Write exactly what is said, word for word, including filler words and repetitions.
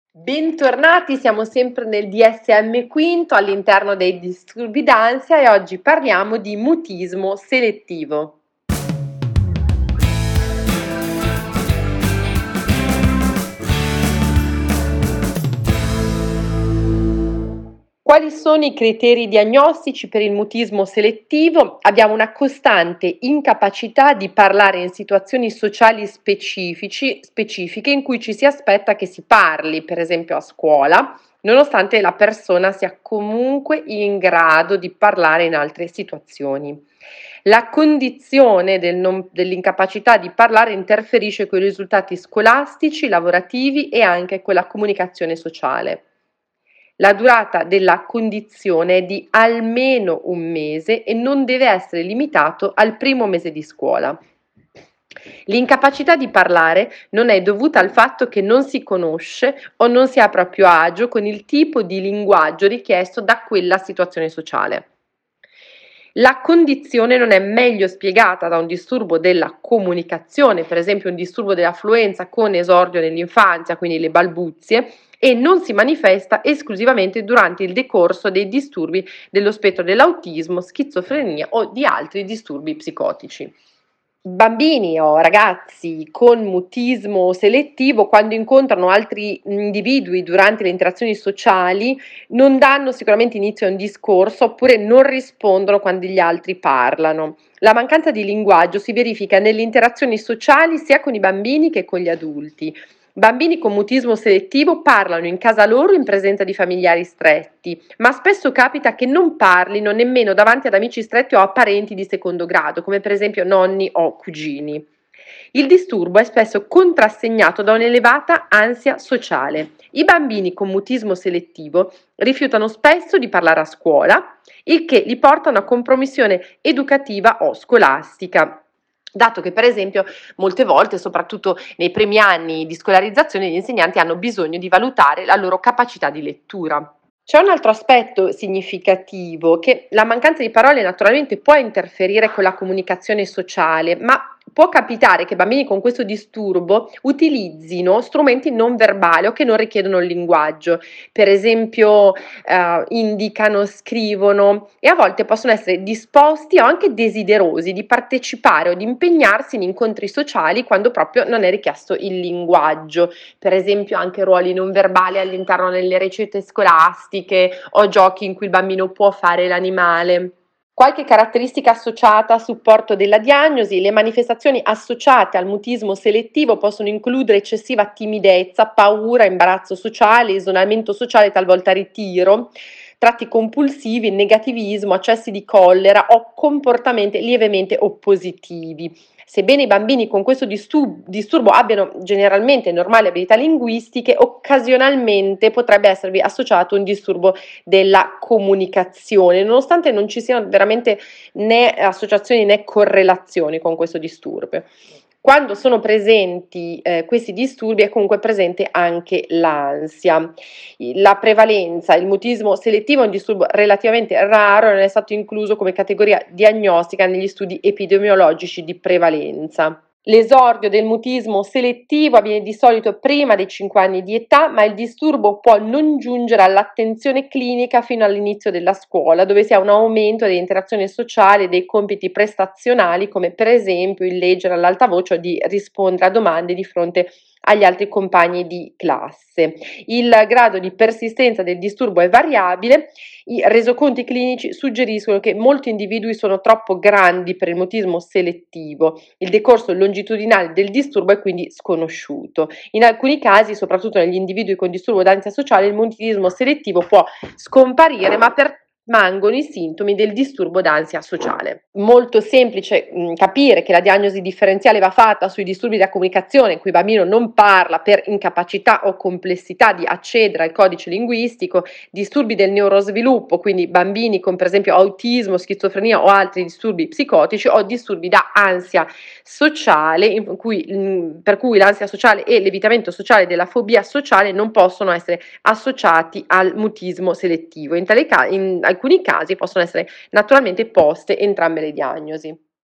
Bentornati, siamo sempre nel D S M quinto all'interno dei disturbi d'ansia e oggi parliamo di mutismo selettivo. Quali sono i criteri diagnostici per il mutismo selettivo? Abbiamo una costante incapacità di parlare in situazioni sociali specifici, specifiche in cui ci si aspetta che si parli, per esempio a scuola, nonostante la persona sia comunque in grado di parlare in altre situazioni. La condizione del non- dell'incapacità di parlare interferisce con i risultati scolastici, lavorativi e anche con la comunicazione sociale. La durata della condizione è di almeno un mese e non deve essere limitato al primo mese di scuola. L'incapacità di parlare non è dovuta al fatto che non si conosce o non si ha a proprio agio con il tipo di linguaggio richiesto da quella situazione sociale. La condizione non è meglio spiegata da un disturbo della comunicazione, per esempio un disturbo dell'affluenza con esordio nell'infanzia, quindi le balbuzie, e non si manifesta esclusivamente durante il decorso dei disturbi dello spettro dell'autismo, schizofrenia o di altri disturbi psicotici. Bambini o ragazzi con mutismo selettivo, quando incontrano altri individui durante le interazioni sociali, non danno sicuramente inizio a un discorso oppure non rispondono quando gli altri parlano. La mancanza di linguaggio si verifica nelle interazioni sociali sia con i bambini che con gli adulti. Bambini con mutismo selettivo parlano in casa loro in presenza di familiari stretti, ma spesso capita che non parlino nemmeno davanti ad amici stretti o a parenti di secondo grado, come per esempio nonni o cugini. Il disturbo è spesso contrassegnato da un'elevata ansia sociale. I bambini con mutismo selettivo rifiutano spesso di parlare a scuola, il che li porta a una compromissione educativa o scolastica. Dato che, per esempio, molte volte, soprattutto nei primi anni di scolarizzazione, gli insegnanti hanno bisogno di valutare la loro capacità di lettura. C'è un altro aspetto significativo, che la mancanza di parole naturalmente può interferire con la comunicazione sociale, ma può capitare che bambini con questo disturbo utilizzino strumenti non verbali o che non richiedono il linguaggio, per esempio eh, indicano, scrivono e a volte possono essere disposti o anche desiderosi di partecipare o di impegnarsi in incontri sociali quando proprio non è richiesto il linguaggio, per esempio anche ruoli non verbali all'interno delle recite scolastiche o giochi in cui il bambino può fare l'animale. Qualche caratteristica associata a supporto della diagnosi: le manifestazioni associate al mutismo selettivo possono includere eccessiva timidezza, paura, imbarazzo sociale, isolamento sociale, talvolta ritiro, tratti compulsivi, negativismo, accessi di collera o comportamenti lievemente oppositivi. Sebbene i bambini con questo disturbo, disturbo abbiano generalmente normali abilità linguistiche, occasionalmente potrebbe esservi associato un disturbo della comunicazione, nonostante non ci siano veramente né associazioni né correlazioni con questo disturbo. Quando sono presenti eh, questi disturbi è comunque presente anche l'ansia. La prevalenza, il mutismo selettivo è un disturbo relativamente raro e non è stato incluso come categoria diagnostica negli studi epidemiologici di prevalenza. L'esordio del mutismo selettivo avviene di solito prima dei cinque anni di età, ma il disturbo può non giungere all'attenzione clinica fino all'inizio della scuola, dove si ha un aumento dell'interazione sociale e dei compiti prestazionali, come per esempio il leggere all'alta voce o di rispondere a domande di fronte agli altri compagni di classe. Il grado di persistenza del disturbo è variabile. I resoconti clinici suggeriscono che molti individui sono troppo grandi per il mutismo selettivo. Il decorso longitudinale del disturbo è quindi sconosciuto. In alcuni casi, soprattutto negli individui con disturbo d'ansia sociale, il mutismo selettivo può scomparire, ma permangono i sintomi del disturbo d'ansia sociale. Molto semplice mh, capire che la diagnosi differenziale va fatta sui disturbi della comunicazione, in cui il bambino non parla per incapacità o complessità di accedere al codice linguistico, disturbi del neurosviluppo, quindi bambini con per esempio autismo, schizofrenia o altri disturbi psicotici, o disturbi da ansia sociale, in cui, mh, per cui l'ansia sociale e l'evitamento sociale della fobia sociale non possono essere associati al mutismo selettivo. In, tale ca- in alcuni casi possono essere naturalmente poste entrambe le diagnosi.